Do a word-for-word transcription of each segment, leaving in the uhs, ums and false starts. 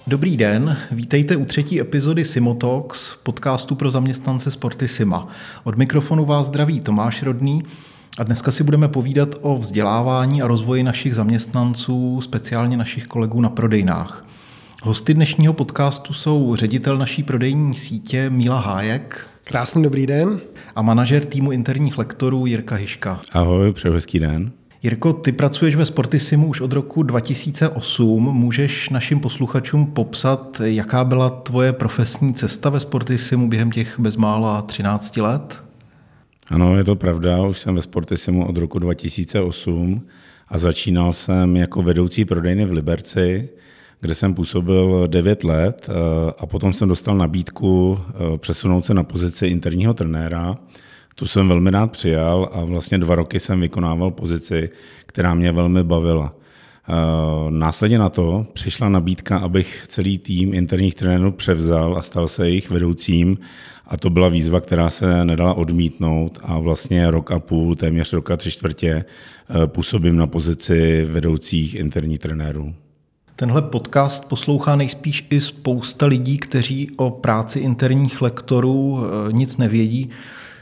Dobrý den, vítejte u třetí epizody Simotalks, podcastu pro zaměstnance Sportissima. Od mikrofonu vás zdraví Tomáš Rodný a dneska si budeme povídat o vzdělávání a rozvoji našich zaměstnanců, speciálně našich kolegů na prodejnách. Hosty dnešního podcastu jsou ředitel naší prodejní sítě Míla Hájek. Krásný dobrý den. A manažer týmu interních lektorů Jirka Hyška. Ahoj, přeju hezký den. Jirko, ty pracuješ ve Sportissimu už od roku dva tisíce osm. Můžeš našim posluchačům popsat, jaká byla tvoje profesní cesta ve Sportissimu během těch bezmála třinácti let? Ano, je to pravda, už jsem ve Sportissimu od roku dva tisíce osm a začínal jsem jako vedoucí prodejny v Liberci, kde jsem působil devět let a potom jsem dostal nabídku přesunout se na pozici interního trenéra. Tu jsem velmi rád přijal a vlastně dva roky jsem vykonával pozici, která mě velmi bavila. Následně na to přišla nabídka, abych celý tým interních trenérů převzal a stal se jejich vedoucím. A to byla výzva, která se nedala odmítnout a vlastně rok a půl, téměř roka tři čtvrtě působím na pozici vedoucích interních trenérů. Tenhle podcast poslouchá nejspíš i spousta lidí, kteří o práci interních lektorů nic nevědí.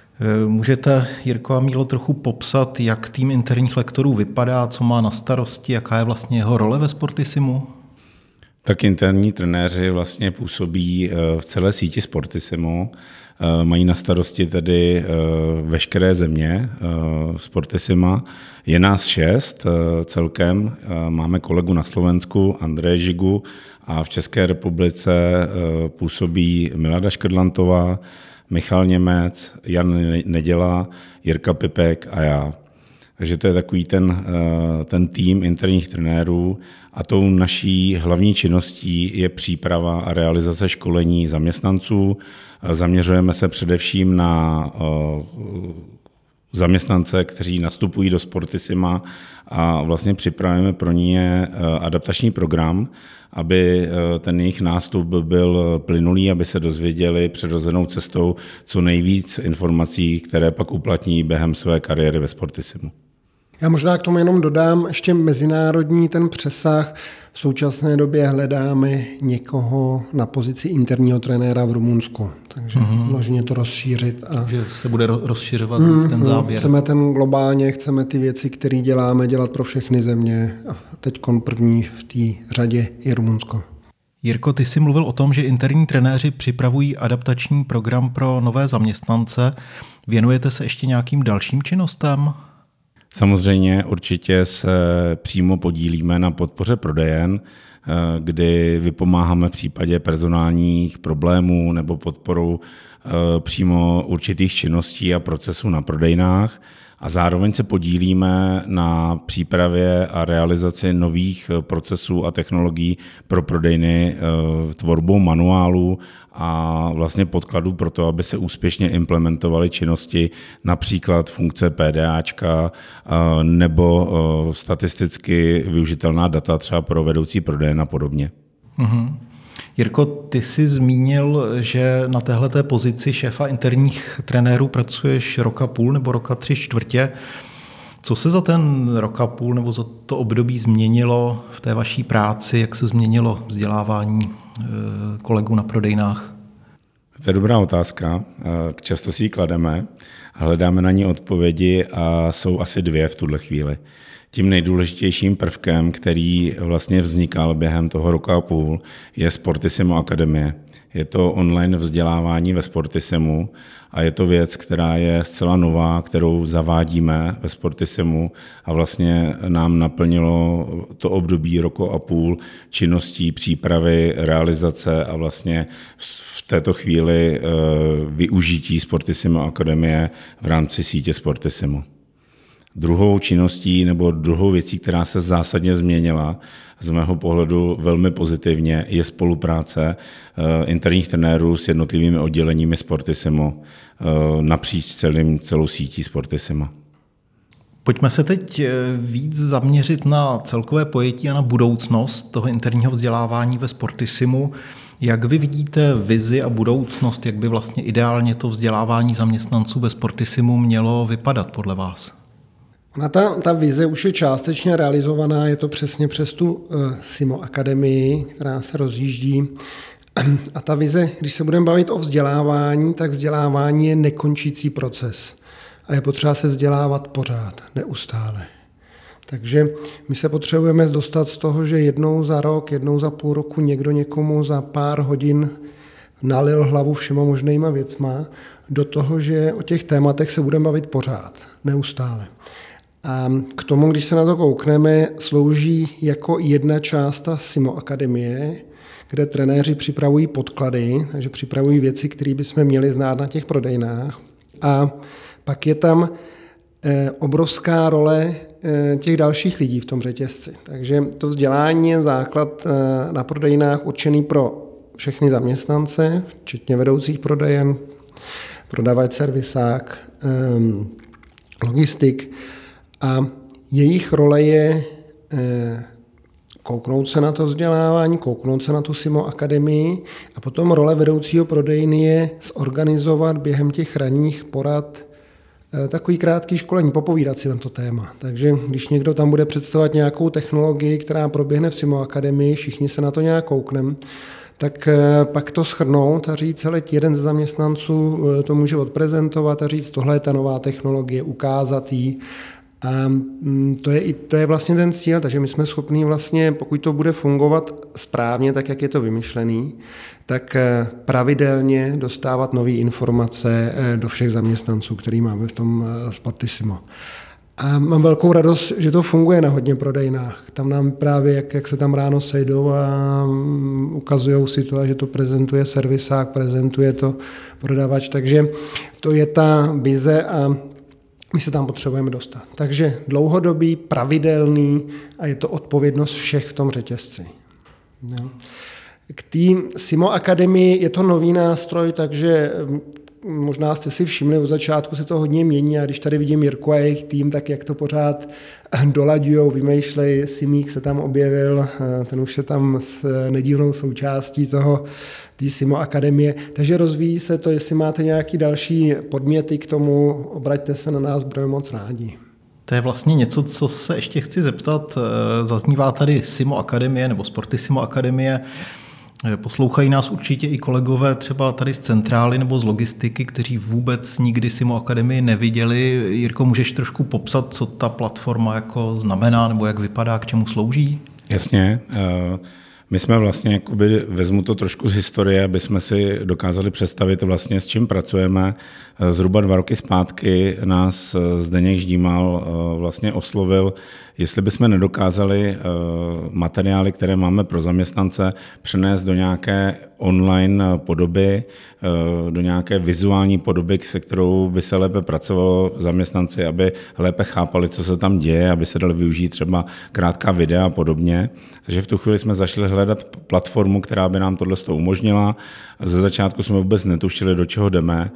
Můžete, Jirko a Mílo, trochu popsat, jak tým interních lektorů vypadá, co má na starosti, jaká je vlastně jeho role ve Sportissimu? Tak interní trenéři vlastně působí v celé síti Sportissimu, mají na starosti tedy veškeré země Sportissima. Je nás šest celkem, máme kolegu na Slovensku, Andreje Žigu, a v České republice působí Milada Škrtlantová, Michal Němec, Jan Neděla, Jirka Pipek a já. Takže to je takový ten, ten tým interních trenérů a tou naší hlavní činností je příprava a realizace školení zaměstnanců. Zaměřujeme se především na zaměstnance, kteří nastupují do Sportissima a vlastně připravujeme pro ně adaptační program, aby ten jejich nástup byl plynulý, aby se dozvěděli přirozenou cestou co nejvíc informací, které pak uplatní během své kariéry ve Sportissimu. Já možná k tomu jenom dodám ještě mezinárodní ten přesah. V současné době hledáme někoho na pozici interního trenéra v Rumunsku, takže mm-hmm. možná to rozšířit. A... Takže se bude rozšiřovat mm-hmm. ten záběr. Chceme ten globálně, chceme ty věci, které děláme, dělat pro všechny země. A teď první v té řadě je Rumunsko. Jirko, ty jsi mluvil o tom, že interní trenéři připravují adaptační program pro nové zaměstnance. Věnujete se ještě nějakým dalším činnostem? Samozřejmě určitě se přímo podílíme na podpoře prodejen, kdy vypomáháme v případě personálních problémů nebo podporou přímo určitých činností a procesů na prodejnách. A zároveň se podílíme na přípravě a realizaci nových procesů a technologií pro prodejny tvorbou manuálů a vlastně podkladů pro to, aby se úspěšně implementovaly činnosti, například funkce PDAčka nebo statisticky využitelná data třeba pro vedoucí prodejen a podobně. Mm-hmm. Jirko, ty jsi zmínil, že na téhleté pozici šéfa interních trenérů pracuješ roka půl nebo roka tři čtvrtě. Co se za ten roka půl nebo za to období změnilo v té vaší práci? Jak se změnilo vzdělávání kolegů na prodejnách? To je dobrá otázka. Často si ji klademe a hledáme na ní odpovědi a jsou asi dvě v tuhle chvíli. Tím nejdůležitějším prvkem, který vlastně vznikal během toho roka a půl, je Sportissimo Akademie. Je to online vzdělávání ve Sportissimu a je to věc, která je zcela nová, kterou zavádíme ve Sportissimu a vlastně nám naplnilo to období roku a půl činností, přípravy, realizace a vlastně v této chvíli využití Sportissimo Akademie v rámci sítě Sportissimu. Druhou činností nebo druhou věcí, která se zásadně změnila, z mého pohledu velmi pozitivně, je spolupráce interních trenérů s jednotlivými odděleními Sportissimu napříč celým, celou sítí Sportissima. Pojďme se teď víc zaměřit na celkové pojetí a na budoucnost toho interního vzdělávání ve Sportissimu. Jak vy vidíte vizi a budoucnost, jak by vlastně ideálně to vzdělávání zaměstnanců ve Sportissimu mělo vypadat podle vás? Na ta, ta vize už je částečně realizovaná, je to přesně přes tu uh, SIMO Akademii, která se rozjíždí. A ta vize, když se budeme bavit o vzdělávání, tak vzdělávání je nekončící proces. A je potřeba se vzdělávat pořád, neustále. Takže my se potřebujeme dostat z toho, že jednou za rok, jednou za půl roku někdo někomu za pár hodin nalil hlavu všema možnýma věcma, do toho, že o těch tématech se budeme bavit pořád, neustále. A k tomu, když se na to koukneme, slouží jako jedna část ta SIMO Akademie, kde trenéři připravují podklady, takže připravují věci, které bychom měli znát na těch prodejnách. A pak je tam obrovská role těch dalších lidí v tom řetězci. Takže to vzdělání je základ na prodejnách určený pro všechny zaměstnance, včetně vedoucích prodejen, prodavač, servisák, logistik. A jejich role je kouknout se na to vzdělávání, kouknout se na tu SIMO Akademii a potom role vedoucího prodejny je zorganizovat během těch ranních porad takový krátký školení, popovídat si na to téma. Takže když někdo tam bude představovat nějakou technologii, která proběhne v SIMO Akademii, všichni se na to nějak koukneme, tak pak to shrnout a říct, ale jeden z zaměstnanců to může odprezentovat a říct, tohle je ta nová technologie, ukázat ji. A to je, to je vlastně ten cíl, takže my jsme schopni vlastně, pokud to bude fungovat správně, tak jak je to vymyšlený, tak pravidelně dostávat nové informace do všech zaměstnanců, který máme v tom Sportissimo. A mám velkou radost, že to funguje na hodně prodejnách. Tam nám právě, jak, jak se tam ráno sejdou a ukazují si to, že to prezentuje servisák, prezentuje to prodavač, takže to je ta vize a my se tam potřebujeme dostat. Takže dlouhodobý, pravidelný a je to odpovědnost všech v tom řetězci. No. K té SIMO Akademii je to nový nástroj, takže možná jste si všimli, od začátku se to hodně mění a když tady vidím Jirku a jejich tým, tak jak to pořád dolaďujou, vymýšlej, Simík se tam objevil, ten už je tam s nedílnou součástí toho té SIMO Akademie, takže rozvíjí se to, jestli máte nějaké další podměty k tomu, obraťte se na nás, budeme moc rádi. To je vlastně něco, co se ještě chci zeptat. Zaznívá tady SIMO Akademie nebo Sportissimo Akademie. Poslouchají nás určitě i kolegové třeba tady z centrály nebo z logistiky, kteří vůbec nikdy SIMO Akademii neviděli. Jirko, můžeš trošku popsat, co ta platforma jako znamená nebo jak vypadá, k čemu slouží? Jasně. My jsme vlastně, jakoby, vezmu to trošku z historie, aby jsme si dokázali představit vlastně, s čím pracujeme. Zhruba dva roky zpátky nás Zdeněk Ždímal vlastně oslovil, jestli bychom nedokázali materiály, které máme pro zaměstnance, přenést do nějaké online podoby, do nějaké vizuální podoby, se kterou by se lépe pracovalo zaměstnanci, aby lépe chápali, co se tam děje, aby se dali využít třeba krátká videa a podobně. Takže v tu chvíli jsme zašli hledat platformu, která by nám tohle umožnila. Ze začátku jsme vůbec netušili, do čeho jdeme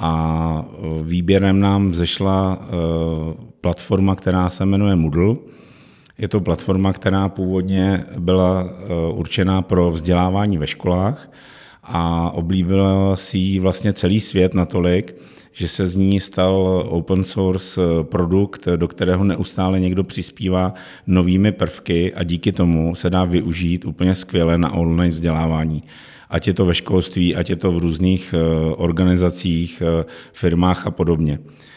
a výběrem nám vzešla platforma, která se jmenuje Moodle. Je to platforma, která původně byla určená pro vzdělávání ve školách a oblíbil si ji vlastně celý svět natolik, že se z ní stal open source produkt, do kterého neustále někdo přispívá novými prvky a díky tomu se dá využít úplně skvěle na online vzdělávání. Ať je to ve školství, ať je to v různých organizacích, firmách a podobně.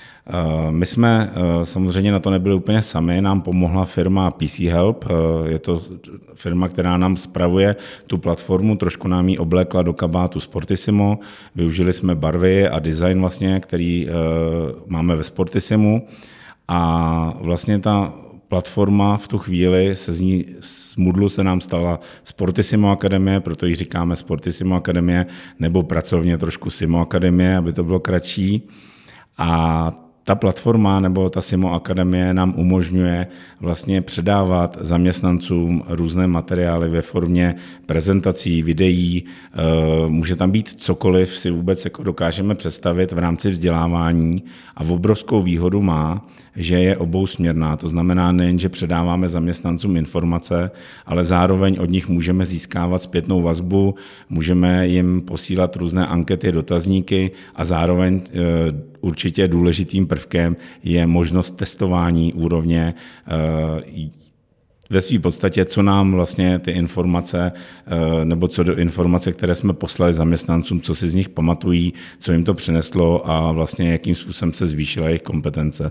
My jsme samozřejmě na to nebyli úplně sami, nám pomohla firma P C Help, je to firma, která nám spravuje tu platformu, trošku nám ji oblékla do kabátu Sportissimo, využili jsme barvy a design vlastně, který máme ve Sportissimu a vlastně ta platforma v tu chvíli se z ní, z Moodlu se nám stala Sportissimo Akademie, proto ji říkáme Sportissimo Akademie, nebo pracovně trošku SIMO Akademie, aby to bylo kratší. A ta platforma nebo ta SIMO Akademie nám umožňuje vlastně předávat zaměstnancům různé materiály ve formě prezentací, videí. Může tam být cokoliv, si vůbec jako dokážeme představit v rámci vzdělávání a v obrovskou výhodu má, že je obousměrná. To znamená nejen, že předáváme zaměstnancům informace, ale zároveň od nich můžeme získávat zpětnou vazbu, můžeme jim posílat různé ankety, dotazníky a zároveň určitě důležitým prvkem je možnost testování úrovně ve své podstatě, co nám vlastně ty informace, nebo co do informace, které jsme poslali zaměstnancům, co si z nich pamatují, co jim to přineslo a vlastně jakým způsobem se zvýšila jejich kompetence.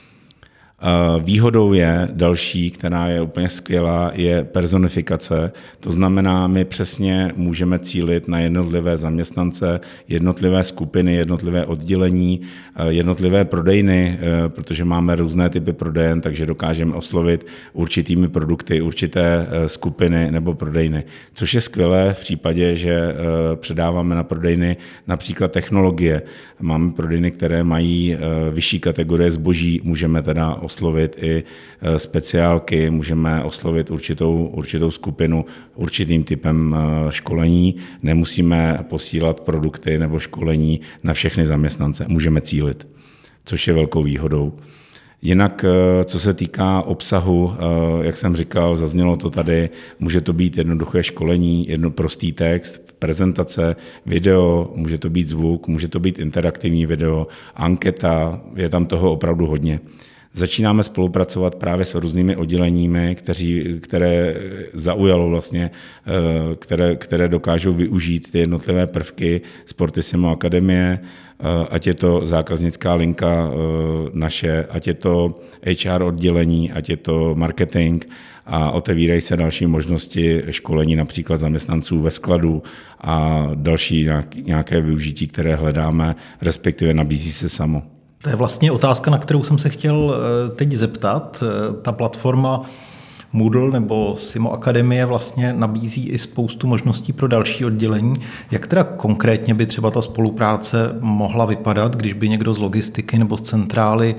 Výhodou je další, která je úplně skvělá, je personifikace. To znamená, my přesně můžeme cílit na jednotlivé zaměstnance, jednotlivé skupiny, jednotlivé oddělení, jednotlivé prodejny, protože máme různé typy prodejen, takže dokážeme oslovit určitými produkty, určité skupiny nebo prodejny. Což je skvělé v případě, že předáváme na prodejny například technologie. Máme prodejny, které mají vyšší kategorie zboží, můžeme teda oslovit i speciálky, můžeme oslovit určitou, určitou skupinu určitým typem školení. Nemusíme posílat produkty nebo školení na všechny zaměstnance, můžeme cílit, což je velkou výhodou. Jinak, co se týká obsahu, jak jsem říkal, zaznělo to tady, může to být jednoduché školení, jedno prostý text, prezentace, video, může to být zvuk, může to být interaktivní video, anketa, je tam toho opravdu hodně. Začínáme spolupracovat právě s různými odděleními, kteří, které zaujalo vlastně, které, které dokážou využít ty jednotlivé prvky Sportissimo Akademie, ať je to zákaznická linka naše, ať je to H R oddělení, ať je to marketing a otevírají se další možnosti školení například zaměstnanců ve skladu a další nějaké využití, které hledáme, respektive nabízí se samo. To je vlastně otázka, na kterou jsem se chtěl teď zeptat. Ta platforma Moodle nebo Simo Akademie vlastně nabízí i spoustu možností pro další oddělení. Jak teda konkrétně by třeba ta spolupráce mohla vypadat, když by někdo z logistiky nebo z centrály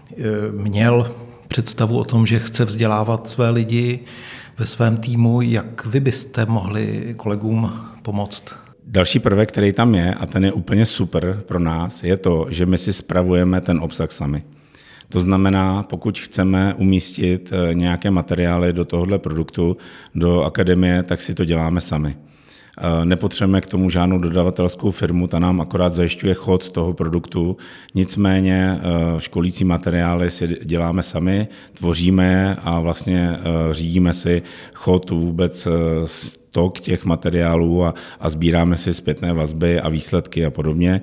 měl představu o tom, že chce vzdělávat své lidi ve svém týmu? Jak vy byste mohli kolegům pomoct? Další prvek, který tam je, a ten je úplně super pro nás, je to, že my si spravujeme ten obsah sami. To znamená, pokud chceme umístit nějaké materiály do tohohle produktu, do akademie, tak si to děláme sami. Nepotřebujeme k tomu žádnou dodavatelskou firmu, ta nám akorát zajišťuje chod toho produktu. Nicméně školící materiály si děláme sami, tvoříme je a vlastně řídíme si chod vůbec tok těch materiálů a, a sbíráme si zpětné vazby a výsledky a podobně.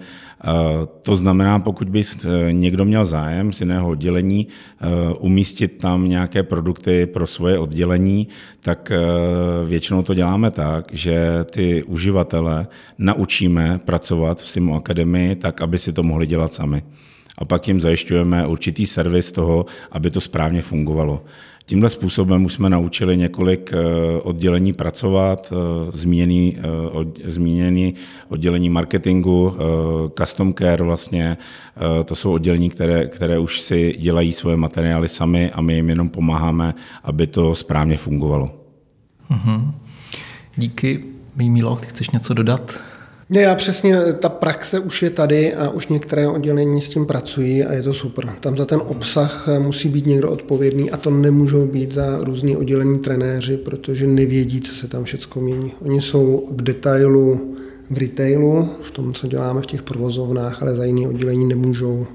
To znamená, pokud by někdo měl zájem z jiného oddělení umístit tam nějaké produkty pro svoje oddělení, tak většinou to děláme tak, že ty uživatele naučíme pracovat v Simo Akademii tak, aby si to mohli dělat sami. A pak jim zajišťujeme určitý servis toho, aby to správně fungovalo. Tímhle způsobem už jsme naučili několik oddělení pracovat, zmíněný, zmíněný oddělení marketingu, custom care vlastně, to jsou oddělení, které, které už si dělají svoje materiály sami a my jim jenom pomáháme, aby to správně fungovalo. Mm-hmm. Díky. Mímilo, ty chceš něco dodat? Ne, já přesně, ta praxe už je tady a už některé oddělení s tím pracují a je to super. Tam za ten obsah musí být někdo odpovědný a to nemůžou být za různý oddělení trenéři, protože nevědí, co se tam všecko mění. Oni jsou v detailu, v retailu, v tom, co děláme v těch provozovnách, ale za jiné oddělení nemůžou uh,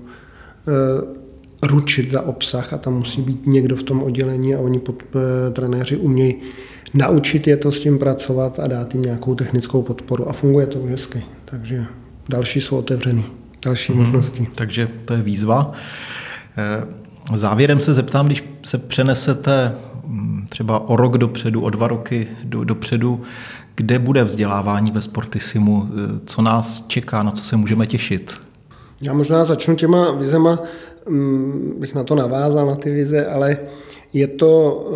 ručit za obsah a tam musí být někdo v tom oddělení a oni pod, uh, trenéři umějí naučit je to s tím pracovat a dát jim nějakou technickou podporu. A funguje to už hezky. Takže další jsou otevřený. Další hmm. možnosti. Takže to je výzva. Závěrem se zeptám, když se přenesete třeba o rok dopředu, o dva roky do, dopředu, kde bude vzdělávání ve Sportissimu? Co nás čeká, na co se můžeme těšit? Já možná začnu těma vizema, bych na to navázal, na ty vize, ale je to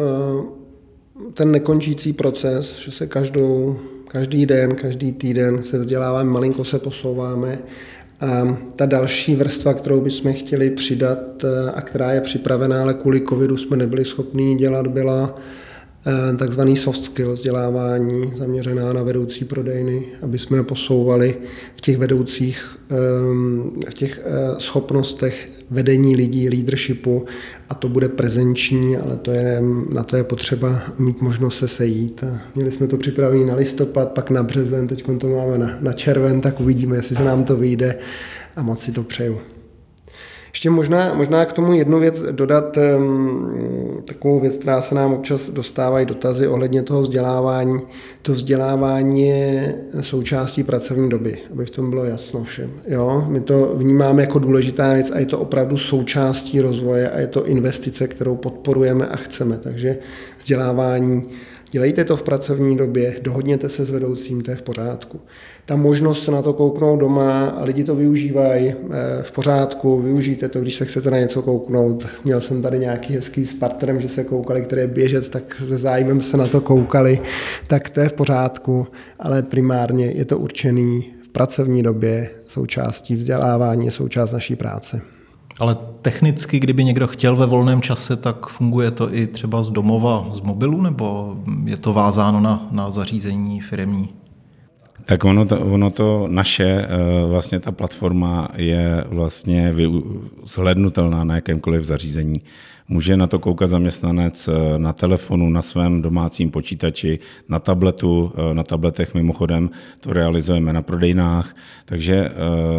ten nekončící proces, že se každou, každý den, každý týden se vzděláváme, malinko se posouváme. A ta další vrstva, kterou bychom chtěli přidat a která je připravená, ale kvůli covidu jsme nebyli schopni dělat, byla takzvaný soft skill vzdělávání zaměřená na vedoucí prodejny, aby jsme je posouvali v těch vedoucích, v těch schopnostech vedení lidí, leadershipu a to bude prezenční, ale to je, na to je potřeba mít možnost se sejít. A měli jsme to připravené na listopad, pak na březen, teď to máme na, na červen, tak uvidíme, jestli se nám to vyjde a moc si to přeju. Ještě možná, možná k tomu jednu věc dodat, um, takovou věc, která se nám občas dostávají dotazy ohledně toho vzdělávání. To vzdělávání je součástí pracovní doby, aby v tom bylo jasno všem. Jo? My to vnímáme jako důležitá věc a je to opravdu součástí rozvoje a je to investice, kterou podporujeme a chceme. Takže vzdělávání, dělejte to v pracovní době, dohodněte se s vedoucím, to je v pořádku. Ta možnost se na to kouknout doma a lidi to využívají v pořádku, využijte to, když se chcete na něco kouknout. Měl jsem tady nějaký hezký s partnerem, že se koukali, který je běžec, tak se zájmem se na to koukali, tak to je v pořádku, ale primárně je to určený v pracovní době, součástí vzdělávání, součást naší práce. Ale technicky, kdyby někdo chtěl ve volném čase, tak funguje to i třeba z domova, z mobilu, nebo je to vázáno na, na zařízení firemní? Tak ono to, ono to naše, vlastně ta platforma je vlastně zhlédnutelná na jakémkoliv zařízení. Může na to koukat zaměstnanec na telefonu, na svém domácím počítači, na tabletu, na tabletech mimochodem to realizujeme na prodejnách, takže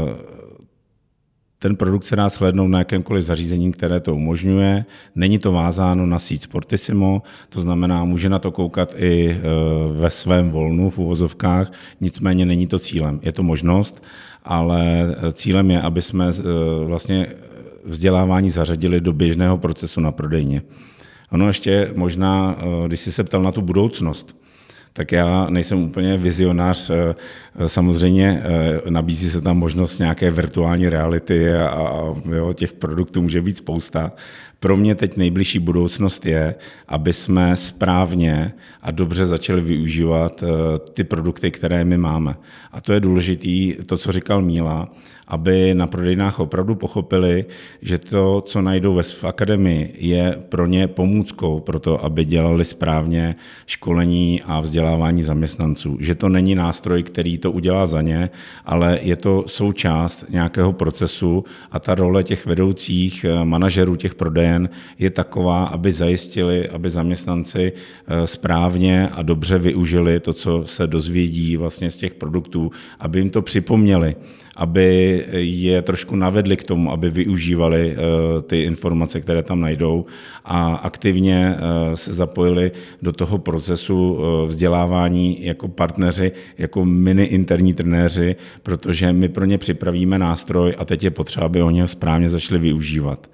ten produkt se dá shlédnout na jakémkoliv zařízení, které to umožňuje. Není to vázáno na síť Sportissimo, to znamená, může na to koukat i ve svém volnu v uvozovkách, nicméně není to cílem. Je to možnost, ale cílem je, aby jsme vlastně vzdělávání zařadili do běžného procesu na prodejně. Ono ještě možná, když jsi se ptal na tu budoucnost, tak já nejsem úplně vizionář. Samozřejmě nabízí se tam možnost nějaké virtuální reality a, a jo, těch produktů může být spousta. Pro mě teď nejbližší budoucnost je, aby jsme správně a dobře začali využívat ty produkty, které my máme. A to je důležitý, to, co říkal Míla, aby na prodejnách opravdu pochopili, že to, co najdou ve v akademii, je pro ně pomůckou pro to, aby dělali správně školení a vzdělávání zaměstnanců. Že to není nástroj, který to udělá za ně, ale je to součást nějakého procesu a ta role těch vedoucích manažerů těch prodejen je taková, aby zajistili, aby zaměstnanci správně a dobře využili to, co se dozvědí vlastně z těch produktů, aby jim to připomněli, aby je trošku navedli k tomu, aby využívali ty informace, které tam najdou a aktivně se zapojili do toho procesu vzdělávání jako partneři, jako mini interní trenéři, protože my pro ně připravíme nástroj a teď je potřeba, aby oni ho správně začali využívat.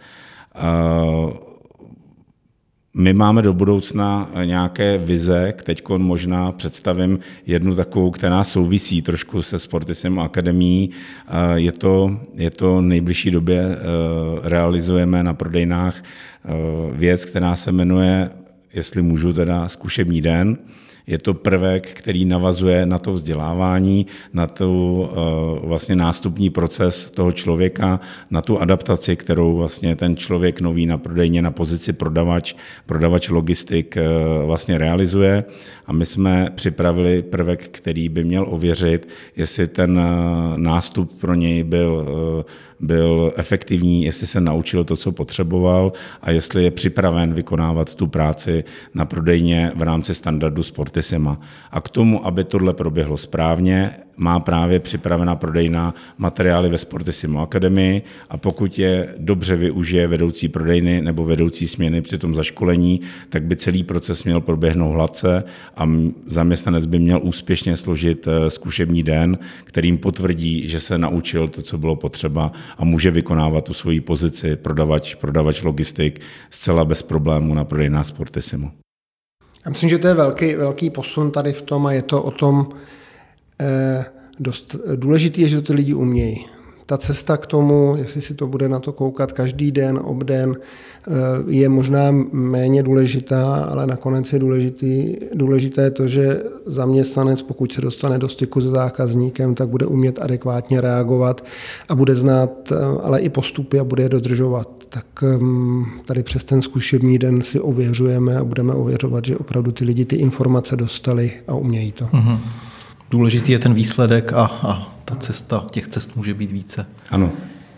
My máme do budoucna nějaké vize, teď možná představím jednu takovou, která souvisí trošku se Sportissimo akademií. Je to, je to nejbližší době realizujeme na prodejnách věc, která se jmenuje, jestli můžu teda, zkušební den. Je to prvek, který navazuje na to vzdělávání, na tu vlastně nástupní proces toho člověka, na tu adaptaci, kterou vlastně ten člověk nový na prodejně na pozici prodavač, prodavač logistik vlastně realizuje. A my jsme připravili prvek, který by měl ověřit, jestli ten nástup pro něj byl, byl efektivní, jestli se naučil to, co potřeboval a jestli je připraven vykonávat tu práci na prodejně v rámci standardu Sportissima. A k tomu, aby tohle proběhlo správně, má právě připravená prodejna materiály ve Sportissimo akademii a pokud je dobře využije vedoucí prodejny nebo vedoucí směny při tom zaškolení, tak by celý proces měl proběhnout hladce a zaměstnanec by měl úspěšně složit zkušební den, kterým potvrdí, že se naučil to, co bylo potřeba a může vykonávat tu svoji pozici prodavač, prodavač logistik zcela bez problémů na prodejnách Sportissimo. Já myslím, že to je velký, velký posun tady v tom a je to o tom, eh, dost důležitý je, že to ty lidi umějí. Ta cesta k tomu, jestli si to bude na to koukat každý den, obden, je možná méně důležitá, ale nakonec je důležitý, důležité to, že zaměstnanec, pokud se dostane do styku se zákazníkem, tak bude umět adekvátně reagovat a bude znát ale i postupy a bude je dodržovat. Tak tady přes ten zkušební den si ověřujeme a budeme ověřovat, že opravdu ty lidi ty informace dostali a umějí to. Mm-hmm. Důležitý je ten výsledek a, a ta cesta, těch cest může být více. Ano.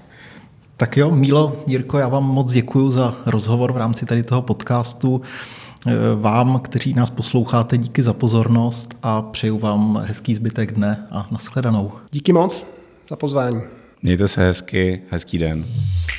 Tak jo, Mílo, Jirko, já vám moc děkuju za rozhovor v rámci tady toho podcastu. Vám, kteří nás posloucháte, díky za pozornost a přeju vám hezký zbytek dne a nashledanou. Díky moc za pozvání. Mějte se hezky, hezký den.